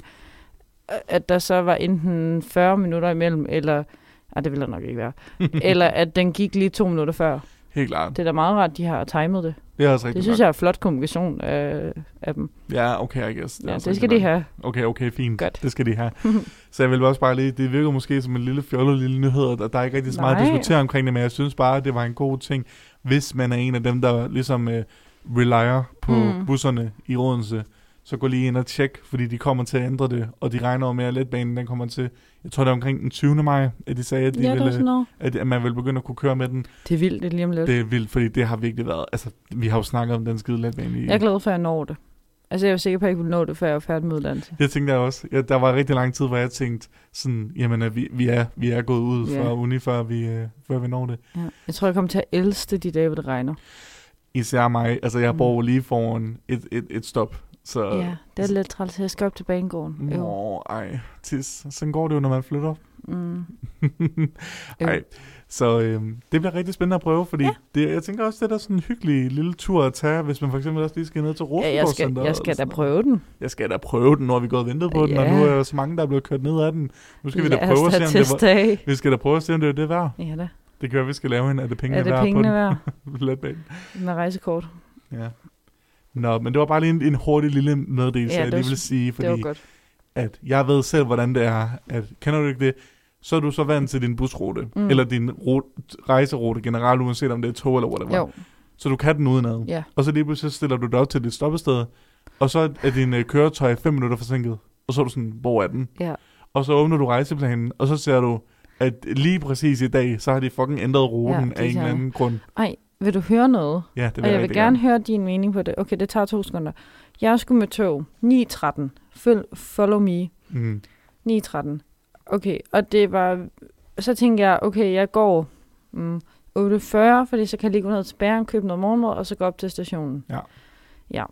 [SPEAKER 2] At der så var enten fyrre minutter imellem, eller, ah, det vil der nok ikke være, eller at den gik lige to minutter før.
[SPEAKER 1] Helt klart.
[SPEAKER 2] Det er da meget rart, de har timet det.
[SPEAKER 1] Det er også rigtig
[SPEAKER 2] Det synes
[SPEAKER 1] nok.
[SPEAKER 2] jeg er flot kommunikation af, af dem.
[SPEAKER 1] Ja, okay, I guess. Det,
[SPEAKER 2] Ja,
[SPEAKER 1] også
[SPEAKER 2] det skal
[SPEAKER 1] rigtig
[SPEAKER 2] de
[SPEAKER 1] nok.
[SPEAKER 2] have.
[SPEAKER 1] Okay, okay, fint.
[SPEAKER 2] Godt.
[SPEAKER 1] Det skal de have. Så jeg vil også bare lige, det virker måske som en lille fjollet lille nyhed, og der er ikke rigtig så meget
[SPEAKER 2] Nej.
[SPEAKER 1] at diskutere omkring det, men jeg synes bare, det var en god ting, hvis man er en af dem, der ligesom uh, relyer på
[SPEAKER 2] Mm.
[SPEAKER 1] busserne i Odense, så gå lige ind og tjek, fordi de kommer til at ændre det, og de regner jo med, at letbanen den kommer til, jeg tror det er omkring den tyvende maj, at de sagde, at, de
[SPEAKER 2] Ja, det er
[SPEAKER 1] ville,
[SPEAKER 2] sådan noget.
[SPEAKER 1] at, at man vil begynde at kunne køre med den.
[SPEAKER 2] Det er vildt, det er lige om lidt.
[SPEAKER 1] Det er vildt, fordi det har virkelig været, altså vi har jo snakket om den skide letbane i...
[SPEAKER 2] Jeg er glad for, at jeg når det. Altså, jeg var sikker på, at jeg ikke ville nå det, før jeg var færdig med uddannelse.
[SPEAKER 1] Det tænkte jeg også. Ja, der var rigtig lang tid, hvor jeg tænkte sådan, jamen, at vi, vi, er, vi er gået ud
[SPEAKER 2] Ja.
[SPEAKER 1] fra uni, før vi, øh, før vi når det.
[SPEAKER 2] Ja. Jeg tror, jeg kommer til at elske de dage, hvor det regner.
[SPEAKER 1] Især mig. Altså, jeg
[SPEAKER 2] Mm.
[SPEAKER 1] bor lige foran et, et, et stop. Så,
[SPEAKER 2] Ja, det er lidt træls. Jeg skal op til banegården. Jo.
[SPEAKER 1] Nå, ej, tis. Sådan går det jo, når man flytter.
[SPEAKER 2] Mm.
[SPEAKER 1] Ej, så øhm, det bliver rigtig spændende at prøve, fordi
[SPEAKER 2] Ja.
[SPEAKER 1] det, jeg tænker også, det er da sådan en hyggelig lille tur at tage, hvis man for eksempel også lige skal ned til
[SPEAKER 2] Ja, jeg skal,
[SPEAKER 1] Rosengårdscenteret.
[SPEAKER 2] jeg skal da prøve den.
[SPEAKER 1] Jeg skal da prøve den, når vi er gået og ventet på den, og
[SPEAKER 2] Ja.
[SPEAKER 1] nu er der så mange, der er blevet kørt ned af den. Nu skal vi da
[SPEAKER 2] Lad
[SPEAKER 1] prøve
[SPEAKER 2] os
[SPEAKER 1] at
[SPEAKER 2] da
[SPEAKER 1] se, om det var,
[SPEAKER 2] teste af.
[SPEAKER 1] vi skal da prøve at se, om det er det værd.
[SPEAKER 2] Ja da.
[SPEAKER 1] Det kan være, vi skal lave en, er det pengene
[SPEAKER 2] Er det
[SPEAKER 1] værd
[SPEAKER 2] pengene
[SPEAKER 1] på
[SPEAKER 2] værd
[SPEAKER 1] den letbane.
[SPEAKER 2] med rejsekort?
[SPEAKER 1] Ja. Nå, men det var bare lige en, en hurtig lille meddelelse,
[SPEAKER 2] Ja,
[SPEAKER 1] jeg
[SPEAKER 2] det
[SPEAKER 1] lige
[SPEAKER 2] var-
[SPEAKER 1] vil sige,
[SPEAKER 2] Det var
[SPEAKER 1] fordi
[SPEAKER 2] godt.
[SPEAKER 1] at jeg ved selv, hvordan det er. At, kender du ikke det? Så er du så vant til din busrute,
[SPEAKER 2] Mm.
[SPEAKER 1] eller din rute, rejserute generelt, uanset om det er tog eller whatever.
[SPEAKER 2] Jo,
[SPEAKER 1] Så du kan den udenad.
[SPEAKER 2] ja.
[SPEAKER 1] Og så lige pludselig så stiller du dig op til dit stoppested, og så er din øh, køretøj fem minutter forsinket. Og så er du sådan, hvor er den?
[SPEAKER 2] Ja.
[SPEAKER 1] Og så åbner du rejseplanen, og så ser du, at lige præcis i dag, så har de fucking ændret ruten
[SPEAKER 2] Ja,
[SPEAKER 1] ja,
[SPEAKER 2] det
[SPEAKER 1] af en
[SPEAKER 2] ser
[SPEAKER 1] eller
[SPEAKER 2] jeg.
[SPEAKER 1] anden grund.
[SPEAKER 2] Ej, vil du høre noget?
[SPEAKER 1] Ja, det vil
[SPEAKER 2] Og jeg vil
[SPEAKER 1] rigtig
[SPEAKER 2] gerne høre din mening på det. Okay, det tager to sekunder. Jeg skulle med tog ni tretten. Følg, follow me.
[SPEAKER 1] Mm.
[SPEAKER 2] ni tretten. Okay, og det var... Så tænkte jeg, okay, jeg går mm, otte fyrre, fordi så kan jeg lige gå ned til bæren, købe noget morgenmad, og så gå op til stationen.
[SPEAKER 1] Ja.
[SPEAKER 2] Ja.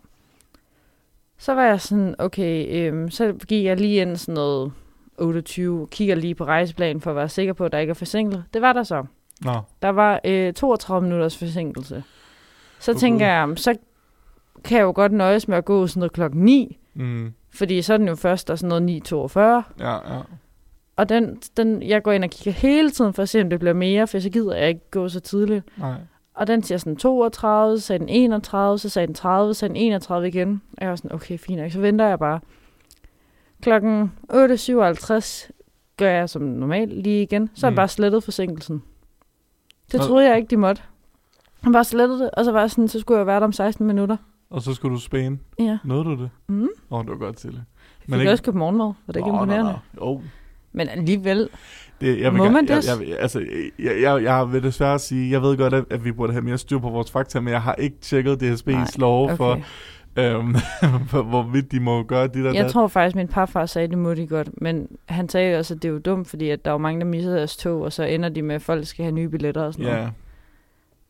[SPEAKER 2] Så var jeg sådan, okay, øhm, så gik jeg lige ind sådan noget otteogtyve, kigger lige på rejseplanen for at være sikker på, at der ikke er forsinket. Det var der så.
[SPEAKER 1] Nå,
[SPEAKER 2] Der var øh, toogtredive minutters forsinkelse. Så
[SPEAKER 1] Okay.
[SPEAKER 2] tænker jeg, så kan jeg jo godt nøjes med at gå sådan noget klokken ni,
[SPEAKER 1] mm.
[SPEAKER 2] fordi så er den jo først der sådan noget ni toogfyrre.
[SPEAKER 1] ja, ja.
[SPEAKER 2] Og den, den, jeg går ind og kigger hele tiden for at se, om det bliver mere, for så gider jeg ikke gå så tidligt.
[SPEAKER 1] Nej.
[SPEAKER 2] Og den siger sådan toogtredive, så sagde den enogtredive, så sagde den tredive, så sagde den enogtredive igen. Og jeg var sådan, okay, fint nok, så venter jeg bare. Klokken otte syvoghalvtreds gør jeg som normalt lige igen. Så er jeg
[SPEAKER 1] Mm.
[SPEAKER 2] bare slettet forsinkelsen. Det
[SPEAKER 1] Og-
[SPEAKER 2] troede jeg ikke, de måtte. Jeg bare slettet det, og så var jeg sådan, så skulle jeg være der om seksten minutter.
[SPEAKER 1] Og så skulle du spæne.
[SPEAKER 2] Ja.
[SPEAKER 1] Nåede du det?
[SPEAKER 2] Mm.
[SPEAKER 1] Åh, oh, det var godt til det.
[SPEAKER 2] Men jeg også købe morgenmad, var det ikke
[SPEAKER 1] Nå,
[SPEAKER 2] imponerende?
[SPEAKER 1] nå, nå. Jo.
[SPEAKER 2] Men alligevel,
[SPEAKER 1] Det, jeg vil
[SPEAKER 2] Må
[SPEAKER 1] gerne-
[SPEAKER 2] man
[SPEAKER 1] jeg,
[SPEAKER 2] det?
[SPEAKER 1] jeg, jeg, altså, jeg, jeg, jeg vil desværre sige, jeg ved godt, at, at vi burde have mere styr på vores fakta, men jeg har ikke tjekket D S B's
[SPEAKER 2] Nej,
[SPEAKER 1] lov
[SPEAKER 2] okay.
[SPEAKER 1] for, øhm, for, hvorvidt de må gøre de der...
[SPEAKER 2] Jeg
[SPEAKER 1] der.
[SPEAKER 2] tror faktisk, min parfar sagde, det må de godt. Men han sagde også, at det er jo dumt, fordi at der er jo mange, der misser deres tog, og så ender de med, at folk skal have nye billetter og sådan
[SPEAKER 1] Ja,
[SPEAKER 2] noget.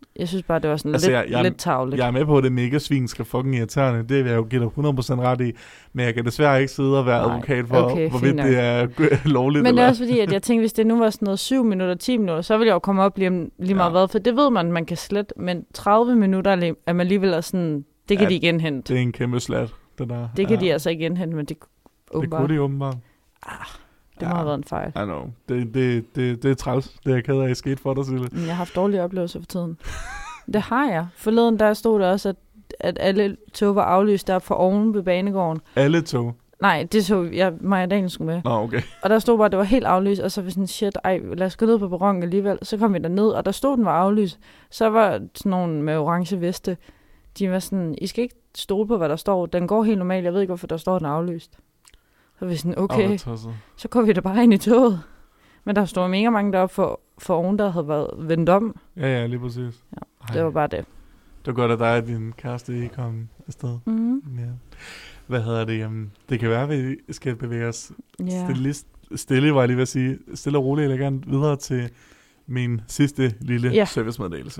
[SPEAKER 2] Jeg synes bare, det var sådan
[SPEAKER 1] altså,
[SPEAKER 2] lidt,
[SPEAKER 1] jeg, jeg,
[SPEAKER 2] lidt tavligt.
[SPEAKER 1] Jeg er med på, at det mega svin skal fucking irriterende. Det vil jeg jo give dig hundrede procent ret i. Men jeg kan desværre ikke sidde og være
[SPEAKER 2] Nej,
[SPEAKER 1] advokat for,
[SPEAKER 2] okay,
[SPEAKER 1] hvorvidt det er lovligt.
[SPEAKER 2] Men
[SPEAKER 1] eller?
[SPEAKER 2] det er også fordi, at jeg tænkte, hvis det nu var sådan noget syv minutter, ti minutter, så ville jeg jo komme op lige, lige meget ja. hvad. For det ved man, man kan slet. Men tredive minutter er man alligevel sådan, det kan ja, de igen hente.
[SPEAKER 1] Det er en kæmpe slat, det der.
[SPEAKER 2] Det kan
[SPEAKER 1] ja.
[SPEAKER 2] de altså ikke indhente, men det,
[SPEAKER 1] det kunne de åbenbart.
[SPEAKER 2] Ah, det må ja. have været en fejl.
[SPEAKER 1] I know. Det, det, det, det er træls. Det er jeg ked af, at skete for dig, Sille.
[SPEAKER 2] Jeg har haft dårlige oplevelser for tiden. Det har jeg. Forleden der stod der også, at, at alle tog var aflyst der for oven ved banegården.
[SPEAKER 1] Alle tog?
[SPEAKER 2] Nej, det tog jeg, Maja Daniel skulle med.
[SPEAKER 1] Nå, okay.
[SPEAKER 2] Og der stod bare, at det var helt aflyst, og så var sådan, shit, ej, lad os gå ned på perronen alligevel. Så kom vi derned, og der stod, den var aflyst. Så var sådan nogle med orange veste, de var sådan, I skal ikke stole på, hvad der står. Den går helt normalt, jeg ved ikke, hvorfor der står, den er aflyst. Så var vi sådan, okay, oh, så går vi da bare ind i toget. Men der stod mega mange deroppe for, for oven, der havde været vendt om.
[SPEAKER 1] Ja, ja, lige præcis.
[SPEAKER 2] Ja, det var bare det.
[SPEAKER 1] Det var godt, at dig og din kæreste ikke kom afsted.
[SPEAKER 2] Mm-hmm.
[SPEAKER 1] Ja. Hvad hedder det? Jamen, det kan være, at vi skal bevæge os
[SPEAKER 2] yeah.
[SPEAKER 1] stille, stille, var jeg lige ved at sige, stille og roligt elegant videre til min sidste lille yeah. servicemeddelelse.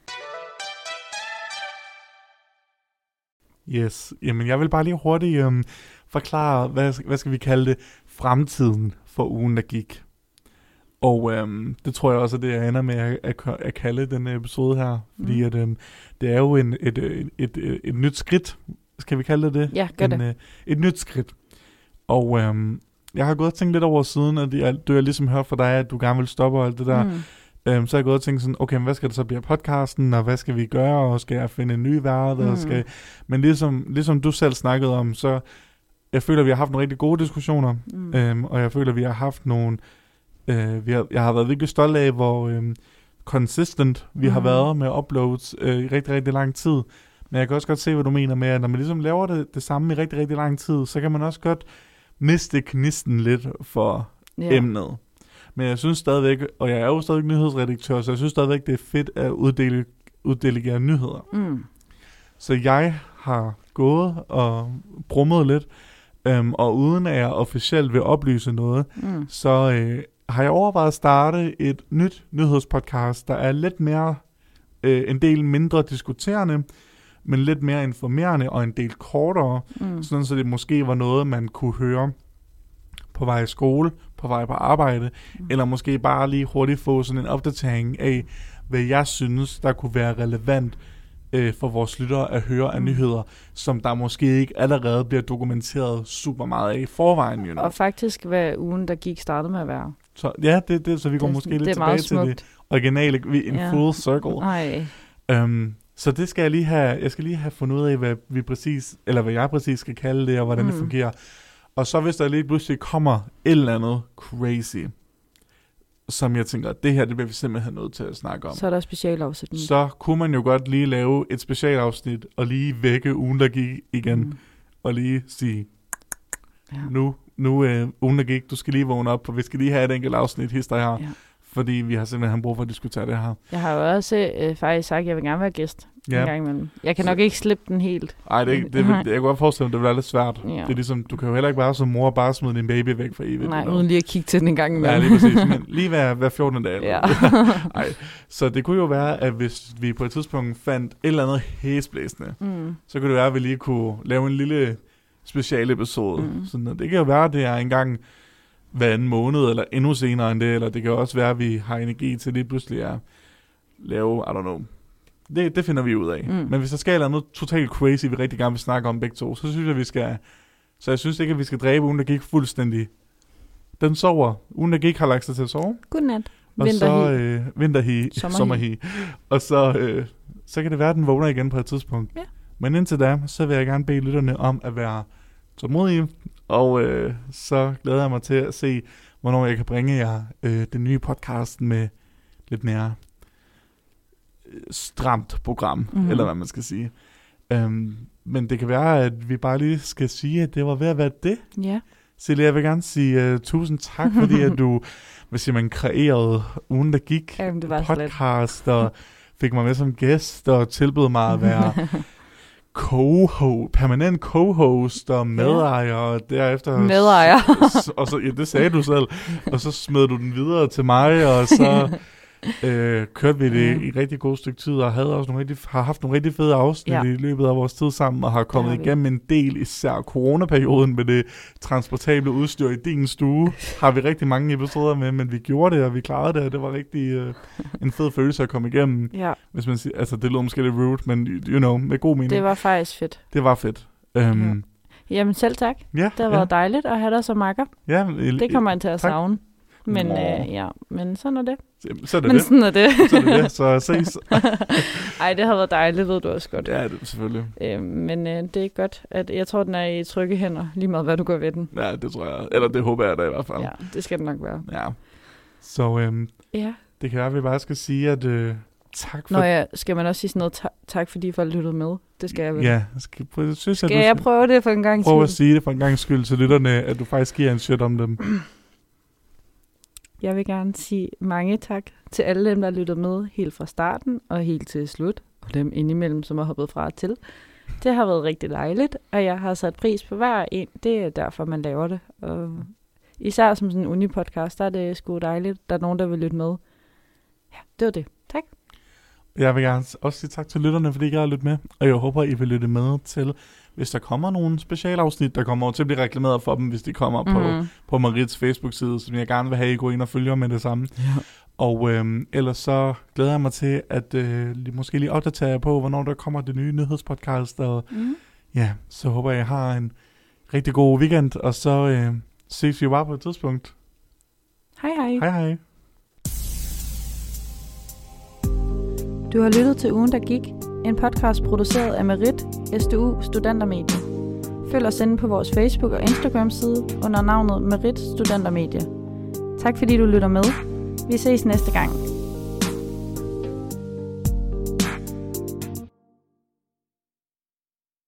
[SPEAKER 1] Yes. Jamen, jeg vil bare lige hurtigt um, forklare, hvad, hvad skal vi kalde det, fremtiden for ugen, der gik. Og um, det tror jeg også, at det jeg ender med at, at, at kalde den episode her. Mm. Fordi at, um, det er jo en, et, et, et, et, et nyt skridt, skal vi kalde det det?
[SPEAKER 2] Ja, gør
[SPEAKER 1] en,
[SPEAKER 2] det.
[SPEAKER 1] Uh, et nyt skridt. Og um, jeg har gået og tænkt lidt over siden, at jeg, du har ligesom hørt fra dig, at du gerne vil stoppe og alt det der. Mm. Um, så har jeg gået og tænkt sådan, okay, men hvad skal det så blive af podcasten, og hvad skal vi gøre, og skal jeg finde en ny vært, mm. og skal... Men ligesom, ligesom du selv snakkede om, så jeg føler, at vi har haft nogle rigtig gode diskussioner, mm. um, og jeg føler, at vi har haft nogle... Uh, vi har, jeg har været virkelig stolt af, hvor um, consistent vi mm. har været med uploads uh, i rigtig, rigtig lang tid. Men jeg kan også godt se, hvad du mener med, at når man ligesom laver det, det samme i rigtig, rigtig lang tid, så kan man også godt miste knisten lidt for yeah. emnet. Men jeg synes stadigvæk, og jeg er jo stadig nyhedsredaktør, så jeg synes stadigvæk, det er fedt at uddele, uddelegere nyheder. Mm. Så jeg har gået og brummet lidt, øhm, og uden at jeg officielt vil oplyse noget, mm. så øh, har jeg overvejet at starte et nyt nyhedspodcast, der er lidt mere, øh, en del mindre diskuterende, men lidt mere informerende og en del kortere, mm. sådan så det måske var noget, man kunne høre på vej i skole, på vej på arbejde, mm. eller måske bare lige hurtigt få sådan en opdatering af, hvad jeg synes, der kunne være relevant øh, for vores lyttere at høre af mm. nyheder, som der måske ikke allerede bliver dokumenteret super meget af i forvejen. You know.
[SPEAKER 2] Og faktisk, hvad ugen, der gik, startede med at være.
[SPEAKER 1] Så, ja, det, det, så vi går
[SPEAKER 2] det,
[SPEAKER 1] måske
[SPEAKER 2] det
[SPEAKER 1] lidt tilbage til det originale, en yeah. full circle.
[SPEAKER 2] Nej.
[SPEAKER 1] Um, så det skal jeg lige have, jeg skal lige have fundet ud af, hvad vi præcis, eller hvad jeg præcis skal kalde det, og hvordan mm. det fungerer. Og så hvis der lige pludselig kommer et eller andet crazy, som jeg tænker, det her, det bliver vi simpelthen nødt til at snakke om.
[SPEAKER 2] Så er der specialafsnit.
[SPEAKER 1] Så kunne man jo godt lige lave et specialafsnit, og lige vække ugen, der gik igen, mm. og lige sige, ja. nu, nu øh, ugen, der gik, du skal lige vågne op, for vi skal lige have et enkelt afsnit, hister her. Ja. Fordi vi har simpelthen brug for at diskutere det her.
[SPEAKER 2] Jeg har jo også øh, faktisk sagt, at jeg vil gerne være gæst ja. en gang imellem. Jeg kan nok ikke slippe den helt.
[SPEAKER 1] Nej, det, det, det, det, jeg kan godt forestille mig, at det bliver lidt svært. Ja. Det er ligesom, du kan jo heller ikke bare som mor bare smide din baby væk for evigt.
[SPEAKER 2] Nej, uden lige at kigge til den en gang imellem.
[SPEAKER 1] Ja, lige præcis. Men lige hver, hver fjortende dag.
[SPEAKER 2] Ja.
[SPEAKER 1] Ej. Så det kunne jo være, at hvis vi på et tidspunkt fandt et eller andet hæsblæsende, mm. så kunne det være, at vi lige kunne lave en lille special episode. Mm. Sådan, det kan jo være, at det er en gang hver anden måned, eller endnu senere end det, eller det kan også være, at vi har energi til det pludselig at lave, I don't know. Det, det finder vi ud af. Mm. Men hvis der skal eller noget totalt crazy, vi rigtig gerne vil snakke om begge to, så synes jeg, vi skal, så jeg synes ikke, at vi skal dræbe ugen, der gik fuldstændig. Den sover. Ugen, der gik, har lagt sig til at sove.
[SPEAKER 2] Godnat.
[SPEAKER 1] Og vinterhi. så øh, vinterhi, sommerhi. sommerhi. Og så, øh, så kan det være, at den vågner igen på et tidspunkt. Ja. Men indtil da, så vil jeg gerne bede lytterne om at være tålmodige, og øh, så glæder jeg mig til at se, hvornår jeg kan bringe jer øh, den nye podcast med lidt mere øh, stramt program, mm-hmm. eller hvad man skal sige. Um, men det kan være, at vi bare lige skal sige, at det var ved at være det.
[SPEAKER 2] Ja. Yeah.
[SPEAKER 1] Silje, jeg vil gerne sige uh, tusind tak, fordi at du, hvad siger man, kreerede ugen, der gik
[SPEAKER 2] Jamen, det var
[SPEAKER 1] podcast, og fik mig med som gæst, og tilbød mig at være co-host, permanent co-host og medejer, og derefter...
[SPEAKER 2] Medejer.
[SPEAKER 1] S- og så, ja, det sagde du selv. Og så smed du den videre til mig, og så øh, kørte vi det
[SPEAKER 2] Ja.
[SPEAKER 1] i et rigtig godt stykke tid, og havde også nogle rigtig, har haft nogle rigtig fede afsnit
[SPEAKER 2] Ja.
[SPEAKER 1] i løbet af vores tid sammen, og har kommet
[SPEAKER 2] har vi.
[SPEAKER 1] igennem en del, især coronaperioden med det transportable udstyr i din stue. Har vi rigtig mange episoder med, men vi gjorde det, og vi klarede det, og det var rigtig øh, en fed følelse at komme igennem.
[SPEAKER 2] Ja,
[SPEAKER 1] Hvis man siger, altså det lød måske lidt rude, men you know, med god mening.
[SPEAKER 2] det var faktisk fedt.
[SPEAKER 1] det var fedt. Um,
[SPEAKER 2] Jamen selv tak.
[SPEAKER 1] ja,
[SPEAKER 2] Det har
[SPEAKER 1] ja,
[SPEAKER 2] været dejligt at have dig som makker.
[SPEAKER 1] ja,
[SPEAKER 2] Det kommer jeg til at
[SPEAKER 1] tak.
[SPEAKER 2] savne. Men,
[SPEAKER 1] Nå.
[SPEAKER 2] øh, ja, men sådan er det.
[SPEAKER 1] Så er det
[SPEAKER 2] Men
[SPEAKER 1] det.
[SPEAKER 2] sådan er det.
[SPEAKER 1] Så er det det. Så ses.
[SPEAKER 2] Ej, det har været dejligt, ved du også godt.
[SPEAKER 1] Ja, det, selvfølgelig.
[SPEAKER 2] Øh, men øh, det er godt, at jeg tror, den er i trygge hænder, lige meget hvad du gør ved den.
[SPEAKER 1] Ja, det tror jeg. Eller det håber jeg da i hvert fald.
[SPEAKER 2] Ja, det skal den nok være.
[SPEAKER 1] Ja. Så øhm,
[SPEAKER 2] Ja.
[SPEAKER 1] det kan være, at vi bare skal sige, at øh, tak for...
[SPEAKER 2] Nå ja, skal man også sige sådan noget, ta- tak fordi folk lyttede med? Det skal jeg vel.
[SPEAKER 1] Ja, skal, prøv, jeg synes,
[SPEAKER 2] Skal
[SPEAKER 1] at du
[SPEAKER 2] jeg prøve det for en gang
[SPEAKER 1] prøve at
[SPEAKER 2] skyld?
[SPEAKER 1] sige det for en gang skyld til lytterne, at du faktisk giver en shit om dem.
[SPEAKER 2] Jeg vil gerne sige mange tak til alle dem, der har lyttet med helt fra starten og helt til slut. Og dem indimellem, som har hoppet fra og til. Det har været rigtig dejligt, og jeg har sat pris på hver en. Det er derfor, man laver det. Og især som sådan en uni-podcast, der er det sgu dejligt. Der er nogen, der vil lytte med. Ja, det var det. Tak.
[SPEAKER 1] Jeg vil gerne også sige tak til lytterne, fordi I har lyttet med. Og jeg håber, I vil lytte med til, hvis der kommer nogle specialafsnit, der kommer til at blive reklameret for dem, hvis de kommer mm. på, på Marits Facebook-side, som jeg gerne vil have, I går ind og følger med det samme.
[SPEAKER 2] Ja.
[SPEAKER 1] Og øhm, ellers så glæder jeg mig til, at øh, lige, måske lige opdatere jer på, hvornår der kommer det nye nyhedspodcast. Og
[SPEAKER 2] Mm.
[SPEAKER 1] ja, så håber jeg, I har en rigtig god weekend, og så øh, ses vi bare på et tidspunkt.
[SPEAKER 2] Hej hej.
[SPEAKER 1] Hej hej.
[SPEAKER 2] Du har lyttet til Ugen, der gik. En podcast produceret af Merit, S D U Studentermedie. Følg os inde på vores Facebook- og Instagram-side under navnet Merit Studentermedie. Tak fordi du lytter med. Vi ses næste gang.